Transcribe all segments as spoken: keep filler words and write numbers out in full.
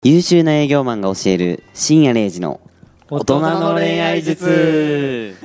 優秀な営業マンが教える深夜れいじの大人の恋愛術。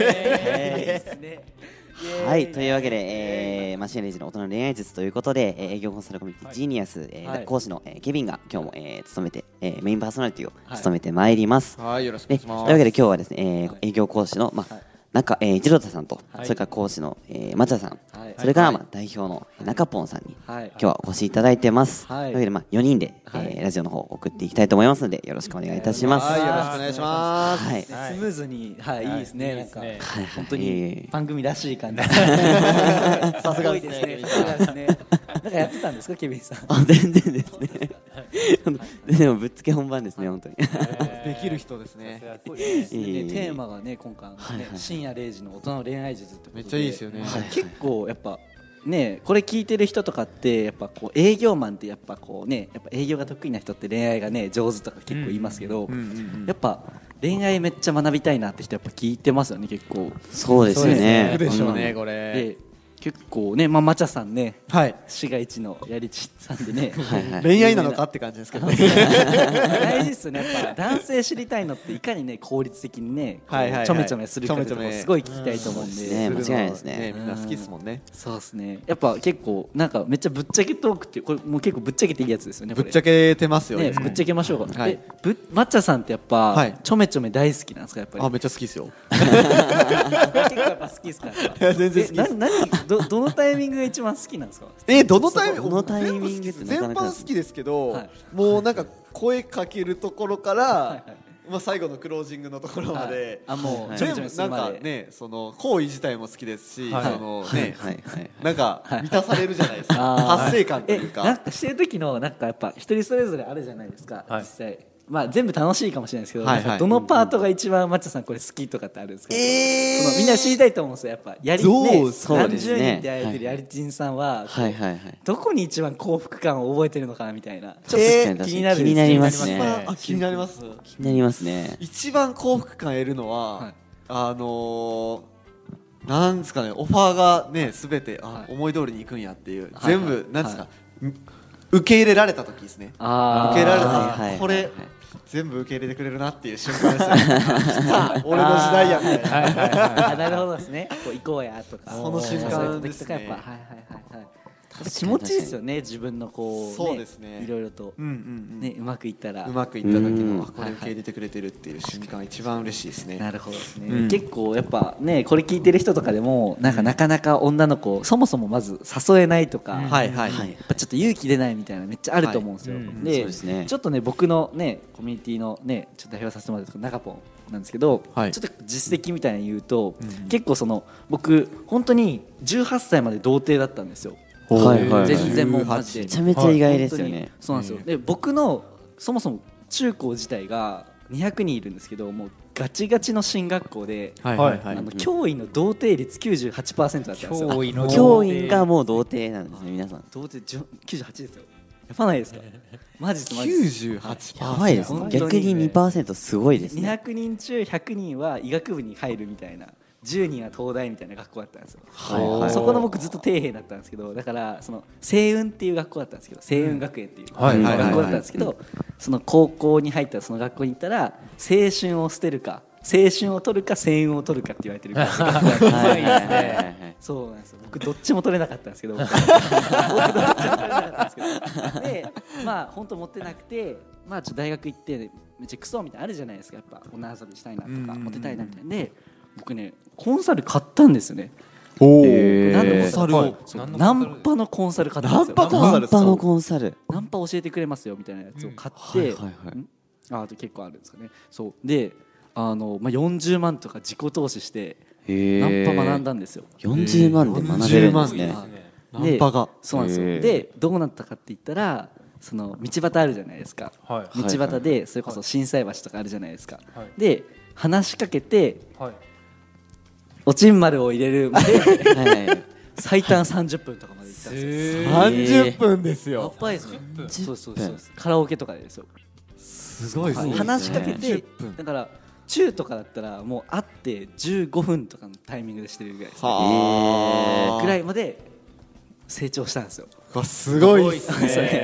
はい、というわけで、えーまあ、深夜れいじの大人の恋愛術ということで、えー営業コンサルコミュニティ、はい、ジーニアス、えーはい、講師の、えー、ケビンが今日も、えー、務めて、えー、メインパーソナリティを務めてまいります。 はい、はい、よろしくお願いします。 というわけで今日はですね、えー、営業講師の、まあはい中、えー、一郎太さんと、はい、それから講師の、えー、松田さん、はい、それから、まあ、代表の中ポンさんに、はい、今日はお越しいただいてます、はい、というわけで、まあ、よにんで、はいえー、ラジオの方を送っていきたいと思いますのでよろしくお願いいたします。 はい、よろしくお願いします、 はい、スムーズに、はい、いいですね、なんか、はい、本当に番組らしい感じさすがですね。 さすがですね。なんかやってたんですか、ケビンさん。 あ、全然ですねでもぶっつけ本番ですね、本当にできる人ですね。 テーマがね、今回深夜れいじの大人の恋愛術ってことでめっちゃいいですよね。 結構やっぱね、これ聞いてる人とかってやっぱこう営業マンってやっぱこうね、やっぱ営業が得意な人って恋愛がね上手とか結構言いますけど、やっぱ恋愛めっちゃ学びたいなって人やっぱ聞いてますよね、結構。 そうですよね。 そうでしょうね、これ。 で結構ね、まあ、マチャさんね、 はい、 市街地のやりちさんでねはいはい、恋愛なのかって感じですけどね大事ですよね、やっぱ男性知りたいのっていかにね効率的にね、はいはいはい、ちょめちょめするかってとこすごい聞きたいと思うんで、 ね、間違いないですね、 ね、みんな好きですもんね。 そうですね、やっぱ結構なんかめっちゃぶっちゃけトークってこれもう結構ぶっちゃけていいやつですよね。 ぶっちゃけてますよね。 ぶっちゃけましょうか、 はい、 でぶマッチャさんってやっぱ、はい、ちょめちょめ大好きなんですか、やっぱり。 あ、めっちゃ好きですよ結構やっぱ好きですか。 いや全然好きです。 な何 ど, どのタイミングが一番好きなんですか。 えどのタイミング？ どのタイミングって全般好きですけど、はい、もうなんか声かけるところから、はいはい、まあ最後のクロージングのところまで、 はい、あもう全部なんかね、その行為自体も好きですし、はい、そのね、はいはい、なんか満たされるじゃないですか、はい、達成感というか。 なんかしてる時のなんかやっぱ一人それぞれあるじゃないですか、はい、実際。まあ、全部楽しいかもしれないですけど、はいはい、どのパートが一番マッチャさんこれ好きとかってあるんですか。えー、そのみんな知りたいと思うんですよ、やっぱやり、ね、何十人ってやれてるやりちんさんは、はいはいはい、どこに一番幸福感を覚えてるのかなみたいな、ちょっと気になる、 気になりますね。 あ、気になります。 気になりますね。 一番幸福感得るのは、はい、あのー、なんですかね、オファーがねすべてあ、はい、思い通りにいくんやっていう、はい、全部、はい、なんですか、はい、受け入れられた時ですね。あ受け入れられた、はいはい、これ、はいはい全部受け入れてくれるなっていう瞬間ですよね俺の時代やみたいなはいはい、はい、 なるほどですね。こう行こうやとかその瞬間ですね。 やっぱはいはいはいはい気持ちいいですよね、自分のこう、 そうですね、 いろいろと、うんうんうんね、うまくいったらうまくいった時のこれ受け入れてくれてるっていう瞬間一番嬉しいですね。 なるほどですね、うん、結構やっぱねこれ聞いてる人とかでもなんかなかなか女の子そもそもまず誘えないとか、うんはいはいはい、やっぱちょっと勇気出ないみたいなめっちゃあると思うんですよ、はいうん、で、そうですね、ちょっとね僕のねコミュニティのねちょっと代表させてもらってる中ポンなんですけど、はい、ちょっと実績みたいなの言うと、うん、結構その僕本当にじゅうはっさいまで童貞だったんですよ。はいはい、全然もうマジでめちゃめちゃ意外ですよね。 そうなんですよ。で僕のそもそも中高自体がにひゃくにんいるんですけど、もうガチガチの進学校で、はいはいはい、あの教員の童貞率 きゅうじゅうはちパーセント だったんですよ。 教員の教員がもう童貞なんですね、皆さん。 童貞きゅうじゅうはちですよ。やばないですか。マジですマジです。きゅうじゅうはちパーセントやばいですね。逆に にパーセント すごいですね。 にひゃくにん中ひゃくにんは医学部に入るみたいな。じゅうにんは東大みたいな学校だったんですよ、はいはい、そこの僕ずっと底辺だったんですけど、だからその星雲っていう学校だったんですけど、星雲学園っていう学校だったんですけど、その高校に入ったらその学校に行ったら青春を捨てるか青春を取るか星雲を取るかって言われてるからそうなんですよ。僕どっちも取れなかったんですけど僕どっちも取れなかったんですけどでまあ本当持ってなくて、まあちょっと大学行ってめっちゃクソみたいなのあるじゃないですか、やっぱ女遊びしたいなとかモテたいなみたいなで、僕ねコンサル買ったんですよね。 おー、なんでコンサルをナンパのコンサル買ったんですよ。 ナンパコンサルナンパのコンサルナンパ教えてくれますよみたいなやつを買って、うんはいはいはい、ああと結構あるんですかね。そうであの、まあ、よんじゅうまんとか自己投資してナンパ学んだんですよ。 よんじゅうまんで学べるんですね。 ナンパがそうなんですよ。でどうなったかって言ったら、その道端あるじゃないですか、はい、道端でそれこそ心斎橋とかあるじゃないですか、はい、で話しかけて、はい、おちん丸を入れるまではい最短さんじゅっぷんとかまで行ったんですよ。 さんじゅっぷんですよ。 やっばいですね。そうそうそう、カラオケとかでですよ。 すごいですね。 話しかけて、だから中とかだったらもう会ってじゅうごふんとかのタイミングでしてるぐらいですね。ぐらいまで成長したんですよ。 すごいですね。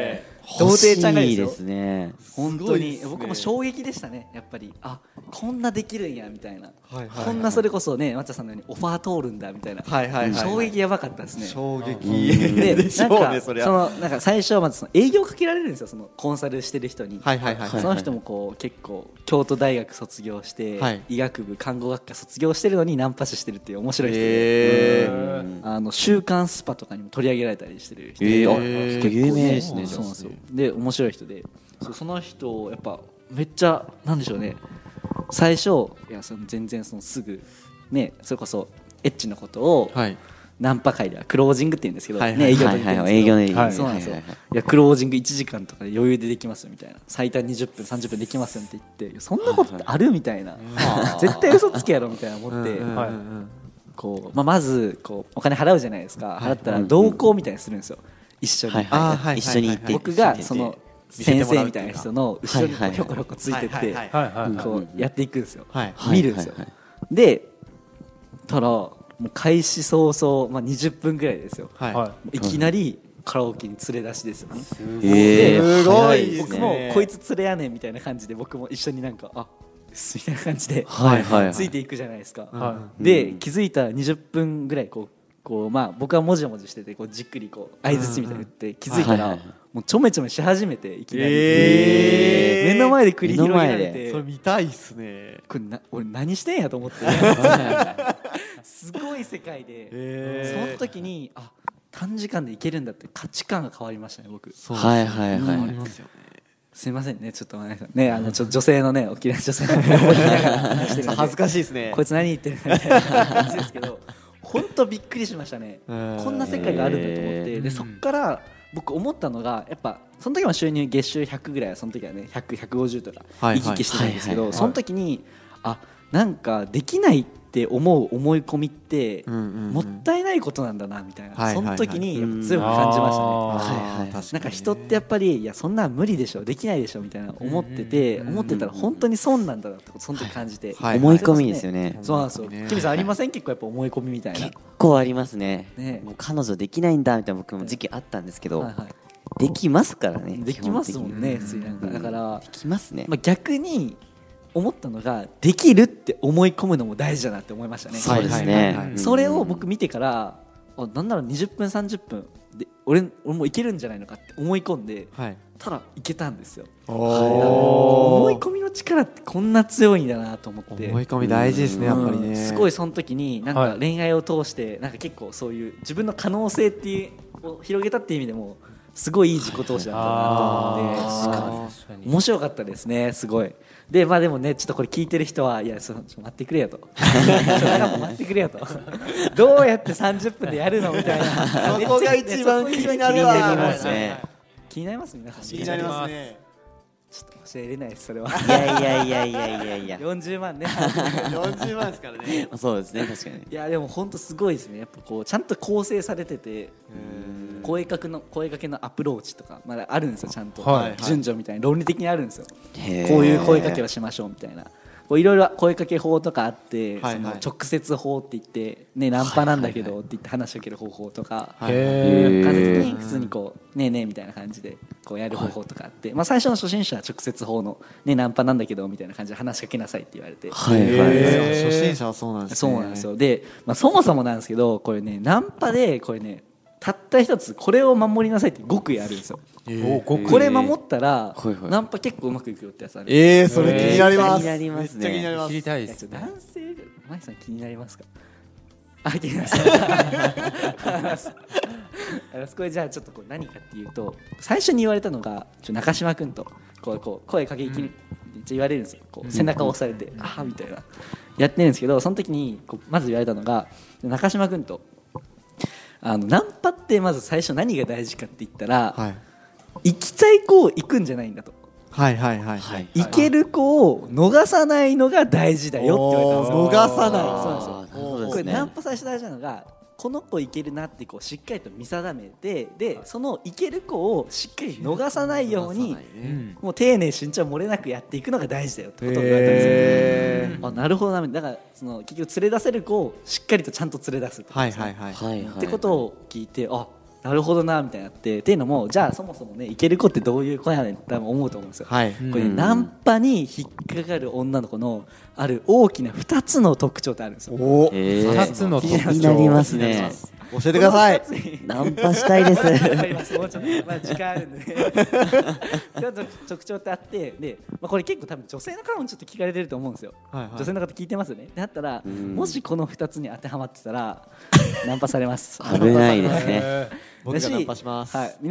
童貞ちゃんがですよ。 欲しいですね。 本当に僕も衝撃でしたね。やっぱりあこんなできるんやみたいな、 はいはいはい、 こんなそれこそね松田さんのようにオファー通るんだみたいな、 はいはいはいはい、 衝撃やばかったですね。 衝撃ででしょうねそりゃ。 そのなんか最初はまずその営業かけられるんですよ、そのコンサルしてる人に。 はいはいはいはい、 その人もこう結構京都大学卒業して、はい、医学部看護学科卒業してるのにナンパ師してるっていう面白い人で、あの週刊スパとかにも取り上げられたりしてる人で、 えー、結構有名ですね。 そうなんですよ。で面白い人で、そ, その人やっぱめっちゃなんでしょうね、最初いやその全然そのすぐねそれこそエッチなことを、はい、ナンパ会ではクロージングって言うんですけど、はいはい、ね、営業で言うんですけど、営業で、はい、そうなんですよ、はいはいはい、いやクロージングいちじかんとかで余裕でできますよみたいな、最短にじゅっぷんさんじゅっぷんできますよって言って、そんなことってあるみたいな、絶対嘘つけやろみたいな思って、こうまあ、まずこうお金払うじゃないですか、払ったら同行みたいにするんですよ、一緒に、はいはいはい、一緒に行って、僕がその先生みたいな人の後ろにひょこひょこついてってこうやっていくんですよ、見るんですよ。でたらもう開始早々、まあ、にじゅっぷんぐらいですよ、はい、いきなりカラオケに連れ出しですよね。すごいですね。僕もこいつ連れやねんみたいな感じで、僕も一緒になんかあみたいな感じでついていくじゃないですか、はい、で気づいたらにじゅっぷんぐらいこうこうまあ僕はもじもじしててこうじっくりこう相槌みたいに言って気づいたらもうちょめちょめし始めて、いきなり目の前で繰り広げられて、 それ見たいっすね。 これな俺何してんやと思ってすごい世界で、その時にあ短時間でいけるんだって価値観が変わりましたね僕。 はいはいはい、 ありますよね。 すいませんね、ちょっとね、あのちょ女性のね、おきれいな女性の話恥ずかしいですね。 こいつ何言ってるんだみたいな感じですけど、本当びっくりしましたね。こんな世界があるんだと思って、でそっから僕思ったのがやっぱその時は収入月収ひゃくぐらい、その時はねひゃく、ひゃくごじゅうとか行き来してたんですけど、その時にあなんかできないって思う思い込みってもったいないことなんだなみたいな、その時にやっぱ強く感じましたね。なんか人ってやっぱりいやそんな無理でしょ、できないでしょみたいな思ってて、思ってたら本当に損なんだなってことその時感じて、 思い込みですよね。 そうなんですよ。キミさんありません？結構やっぱ思い込みみたいな。 結構ありますね。もう彼女できないんだみたいな僕も時期あったんですけど、できますからね。 できますもんね。だからできますね。 逆に思ったのができるって思い込むのも大事だなって思いましたね。 そうですね。 それを僕見てからあなんならにじゅっぷんさんじゅっぷんで 俺, 俺もいけるんじゃないのかって思い込んで、はい、ただいけたんですよ。思い込みの力ってこんな強いんだなと思って。 思い込み大事ですね、やっぱりね。 すごいその時になんか恋愛を通してなんか結構そういう自分の可能性っていうを広げたっていう意味でもすごいいい自己投資だったなと思って面白かったですね。すごいでまあでもねちょっとこれ聞いてる人はいやそのちょ待ってくれよと待ってくれよとどうやってさんじゅっぷんでやるのみたいなそこが一番気になるわ。 気になりますね。 気になりますね。 ちょっと教えれないですそれは。 いやいやいやいやいやいやよんじゅうまんねよんじゅうまんですからね。 そうですね、確かに。 いやでも本当すごいですね。やっぱこうちゃんと構成されてて声かけの声かけのアプローチとかまだあるんですよ。ちゃんと順序みたいに論理的にあるんですよ。こういう声かけをしましょうみたいな。いろいろ声かけ法とかあって、はいはい、その直接法って言って、ね、ナンパなんだけどって言って話しかける方法とかいう感じに普通にこうねえねえみたいな感じでこうやる方法とかあって、まあ、最初の初心者は直接法の、ね、ナンパなんだけどみたいな感じで話しかけなさいって言われて、 はいはい、初心者はそうなんですね。 そうなんですよ。で、まあ、そもそもなんですけどこれねナンパでこれねたった一つこれを守りなさいって極意あるんですよ。えー、これ守ったら、えー、ナンパ結構うまくいくよってやつある。 えー、それ気になります。 気になりますね。 めっちゃ気になります。 知りたいです。 男性マイさん気になりますか？あ、気になります。これじゃあちょっとこう何かっていうと最初に言われたのがちょ中島君とこうこう声かけきり、うん、言われるんですよ。こう背中を押されて、うん、あみたいなやってるんですけどその時にこうまず言われたのが中島君とあのナンパってまず最初何が大事かって言ったら、はい、行きたい子を行くんじゃないんだと、 はいはいはいはい、 行ける子を逃さないのが大事だよって言われたんですよ。 逃さない。 そうなんですよ。これナンパ最初大事なのがこの子いけるなってこうしっかりと見定めてでそのいける子をしっかり逃さないように、ね、もう丁寧慎重漏れなくやっていくのが大事だよってことを言われたんですよ。あなるほどな。だからその結局連れ出せる子をしっかりとちゃんと連れ出すって、はいはいはい、ってことを聞いてあなるほどなみたいになってっていうのもじゃあそもそもねイケる子ってどういう子やねんって多分思うと思うんですよ、 はい、 これ、ね、ナンパに引っかかる女の子のある大きなふたつの特徴ってあるんですよ。 おふたつの特徴気になりますね。 教えてください。 ナンパしたいです。 わかります。もうちょっと、まあ、時間あるんでね特徴ってあってで、まあ、これ結構多分女性の方もちょっと聞かれてると思うんですよ、はいはい、女性の方聞いてますよね。だったらもしこのふたつに当てはまってたらナンパされます。 危ないですね。 僕がナンパします。 はい、みんな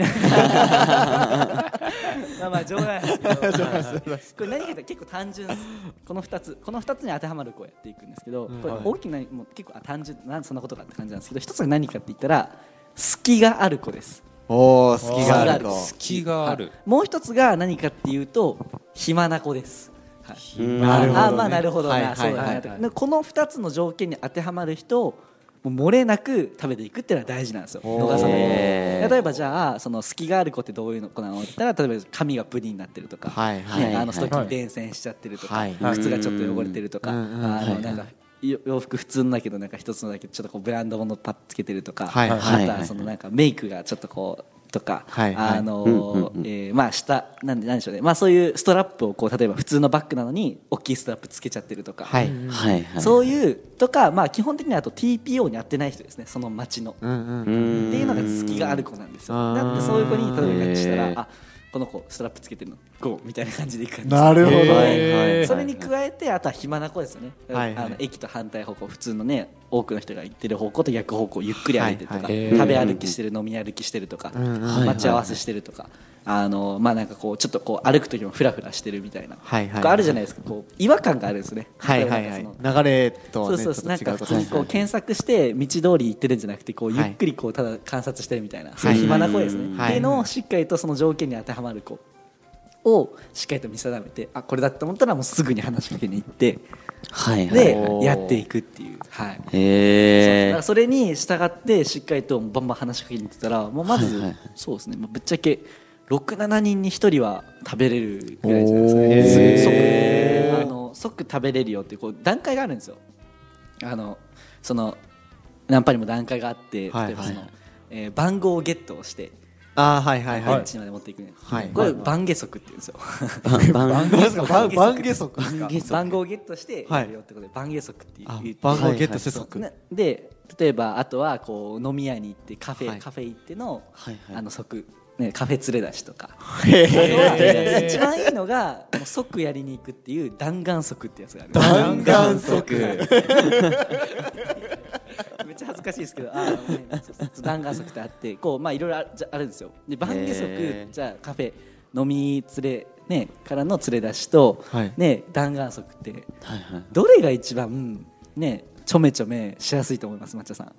まあまあ冗談ですけどこれ何かというと結構単純です。このふたつこのふたつに当てはまる子をやっていくんですけど、これ大きなもう結構あ単純なんでそんなことかって感じなんですけど、一つは何かって言ったら隙がある子です。 おー、隙がある子。 隙がある。 もう一つが何かっていうと暇な子です。はい、 なるほどね。 あまあなるほどな、そうだね。このふたつの条件に当てはまる人もう漏れなく食べていくっていうのは大事なんですよ。逃さない。例えばじゃあその隙がある子ってどういう子なのって言ったら、例えば髪がプリンになってるとか、はいはいね、あのストッキング伝染しちゃってるとか、はい、靴がちょっと汚れてるとか、うんうん、あのなんか洋服普通のだけどなんか一つのだけちょっとこうブランド物パッつけてるとか、はいはいはい、あとはそのなんかメイクがちょっとこうとか、はいはい、あのーうんうん、えー、まあ下なんでなんでしょうね、まあそういうストラップをこう例えば普通のバッグなのに大きいストラップつけちゃってるとか、はいはいはい、そういうとか、まあ基本的にはあと ティーピーオー に合ってない人ですね、その街の、うんうん、っていうのが隙がある子なんですよ。だってそういう子に例えばしたら、あこの子ストラップつけてるのゴーみたいな感じでいく感じです。 なるほど、 はい、それに加えてあとは暇な子ですよね、はいはい、あの駅と反対方向普通のね多くの人が行ってる方向と逆方向ゆっくり歩いてるとか、はいはい、食べ歩きしてる飲み歩きしてるとか、待ち合わせしてるとか、あのまあなんかこうちょっとこう歩く時もフラフラしてるみたいな、はいはい、あるじゃないですか。こう違和感があるんですね。はいはいはい、流れとはねそうそうそう、なんか普通にこう検索して道通り行ってるんじゃなくてこうゆっくりこうただ観察してるみたいな、はい、そういう暇な子ですね、はい、っていうのをしっかりとその条件に当てはまる子をしっかりと見定めて、あこれだと思ったらもうすぐに話しかけに行って、はいはい、でやっていくっていう、はい、へー、 そう、それに従ってしっかりとバンバン話しかけに行ってたらもうまず、はいはい、そうですね、ぶっちゃけろく、ななにんにひとりは食べれるぐらいじゃないですかね。即、あの即食べれるよっていう、こう段階があるんですよ。あのそのナンパにも段階があって、はいはい、例えばその、えー、番号をゲットをしてあはいはいはい、 ベンチまで持っていくね、はい、これ番下足って言うんですよ。 番下足番下足番号をゲットしてやるよってことで番下足っていう、 番号をゲットして足で、例えばあとはこう飲み屋に行ってカフェ、はい、カフェ行っての、はいはい、あの足ね、カフェ連れ出しとか、一番いいのがもう即やりに行くっていう弾丸即ってやつがある。 弾丸即めっちゃ恥ずかしいですけど、あ、ね、弾丸即ってあってこう、まあ、いろいろ あ, あるんですよ。で番下即じゃあカフェ飲み連れ、ね、からの連れ出しと、はいね、弾丸即って、はいはい、どれが一番、ね、ちょめちょめしやすいと思います、抹茶さん。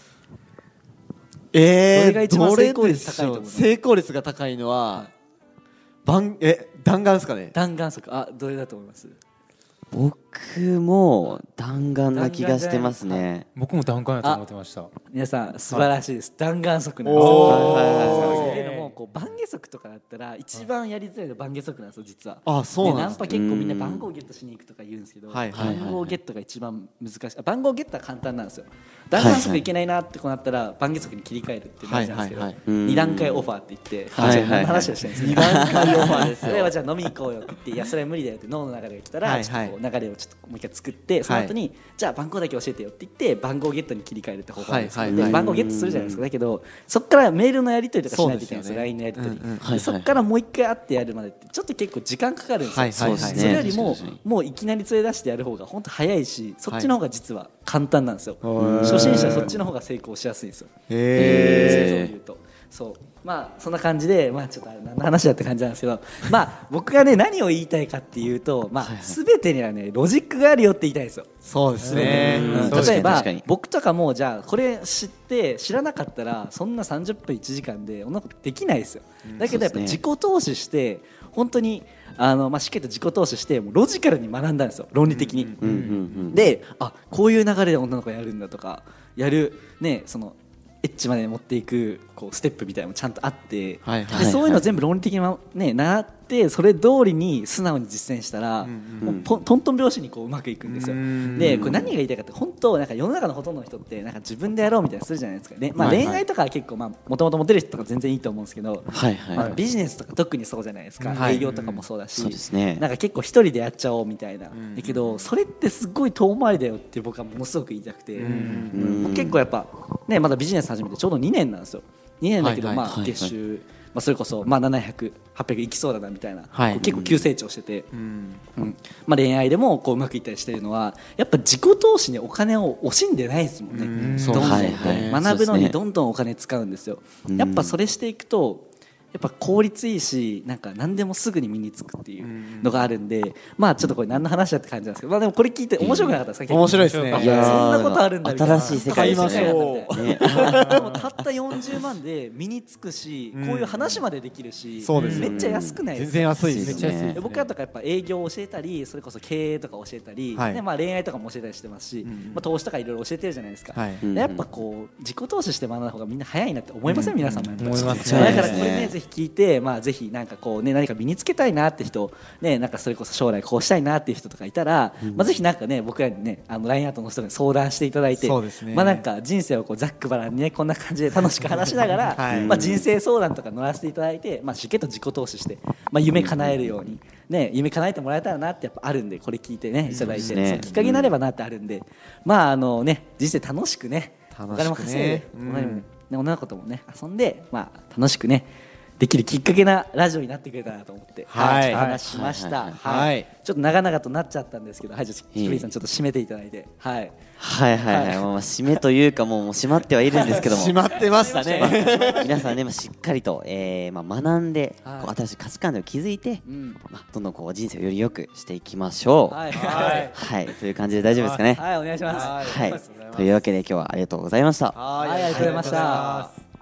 えー、 どれが一番成功率高いと思います？ 成功率が高いのは、はい、番え弾丸ですかね。 弾丸即、あ、どれだと思います？ 僕も弾丸な気がしてますね。 僕も弾丸やと思ってました。 皆さん素晴らしいです。弾丸即なんですよ。っていうのもこう番下足とかだったら一番やりづらいの番下足なんですよ、実は。 あ、そうなんですね。 ナンパ結構みんな番号ゲットしに行くとか言うんですけど、番号ゲットが一番難しい。番号ゲットは簡単なんですよ。弾丸即いけないなってこうなったら番下足に切り替えるっていう感じなんですけど、二段階オファーって言って話をしたいんですよ。二段階オファーですよ。例えばじゃあ飲み行こうよって言って、いやそれは無理だよって脳の流れが来たら、ちょっとこう流れをちょっともう一回作って、その後にじゃあ番号だけ教えてよって言って番号ゲットに切り替えるって方法なんですよ。で番号ゲットするじゃないですか。だけどそこからメールのやり取りとかしないといけないんですよ。ライン のやり取り。そこからもう一回会ってやるまでってちょっと結構時間かかるんですよ。それよりももういきなり連れ出してやる方が本当早いし、そっちの方が実は簡単なんですよ。初心者はそっちの方が成功しやすいんですよ。へー。そう言うと、そうまあそんな感じで、まあちょっと何の話だって感じなんですけど、まあ僕がね何を言いたいかっていうと、まあ全てにはねロジックがあるよって言いたいんですよ。 そうですね。 例えば僕とかもじゃあこれ知って知らなかったらそんなさんじゅっぷんいちじかんでこんなことできないですよ。だけどやっぱ自己投資して本当にあのまあしっかりと自己投資してもうロジカルに学んだんですよ、論理的に。で、あこういう流れで女の子やるんだとか、やるねそのエッチまで持っていくこうステップみたいなのもちゃんとあって、はいはい、でそういうのを全部論理的に、ね、習っってそれ通りに素直に実践したら、もうポントントン拍子にこううまくいくんですよ。でこれ何が言いたいかって、本当なんか世の中のほとんどの人ってなんか自分でやろうみたいなするじゃないですかね。まあ、恋愛とかは結構もともとモテる人とか全然いいと思うんですけど、 はいはい、 まあ、ビジネスとか特にそうじゃないですか、はい、営業とかもそうだし、 そうですね、 なんか結構一人でやっちゃおうみたいな、だけどそれってすごい遠回りだよって僕はものすごく言いたくて、うんうん、結構やっぱねまだビジネス始めてちょうどにねんなんですよ。にねんだけど、はいはい、まあ月収、はいはい、まあ、それこそまあななひゃく、はっぴゃくいきそうだなみたいな、はい、結構急成長してて、うんうんまあ、恋愛でもこううまくいったりしてるのはやっぱ自己投資にお金を惜しんでないですもんね。うんどんどん、はいはい、学ぶのにどんどんお金使うんですよ。やっぱそれしていくとやっぱ効率いいし、なんか何でもすぐに身につくっていうのがあるんで、まあちょっとこれ何の話だって感じなんですけど、まあでもこれ聞いて面白くなかったですか？ 面白いですね。 いやそんなことあるんだみたいな。 新しい世界ですね。 でもたったよんじゅうまんで身につくし、こういう話までできるし、めっちゃ安くないですか？ 全然安いですね。 僕らとかやっぱ営業を教えたり、それこそ経営とか教えたり、ねまあ恋愛とかも教えたりしてますし、まあ投資とかいろいろ教えてるじゃないですか。やっぱこう自己投資して学んだ方がみんな早いなって思いません？皆さんもやっぱり。思いますね。だからこれねぜひ聞いて、まあぜひなんかこうね何か身につけたいなって人ね、なんかそれこそ将来こうしたいなっていう人とかいたら、うん、まあぜひなんかね僕らにねあの ライン アートの人に相談していただいて、そうですね、まあなんか人生をこうざっくばらんにねこんな感じで楽しく話しながら、はい、まあ人生相談とか乗らせていただいて、まあしっかりと自己投資して、まあ夢叶えるようにね夢叶えてもらえたらなってやっぱあるんで、これ聞いてねいただいて、ね、そのきっかけになればなってあるんで、まああのね人生楽しくねお金も稼いで、うん、女の子ともね遊んで、まあ楽しくねできるきっかけなラジオになってくれたなと思って、はい、話しました。はい、ちょっと長々となっちゃったんですけど、はい、じゃあヒクリンさんちょっと締めていただいて、はい、 はいはいはい、もう締めというかもう閉まってはいるんですけども、 閉まってましたね。 まあ、皆さんね、まあ、しっかりと、えー、まあ学んで、はい、こう新しい価値観を気づいて、うん、まあどんどんこう人生をより良くしていきましょう。はい、はい、はい、という感じで大丈夫ですかね。 はい、お願いします。 はい、というわけで今日はありがとうございました。 はい、ありがとうございました。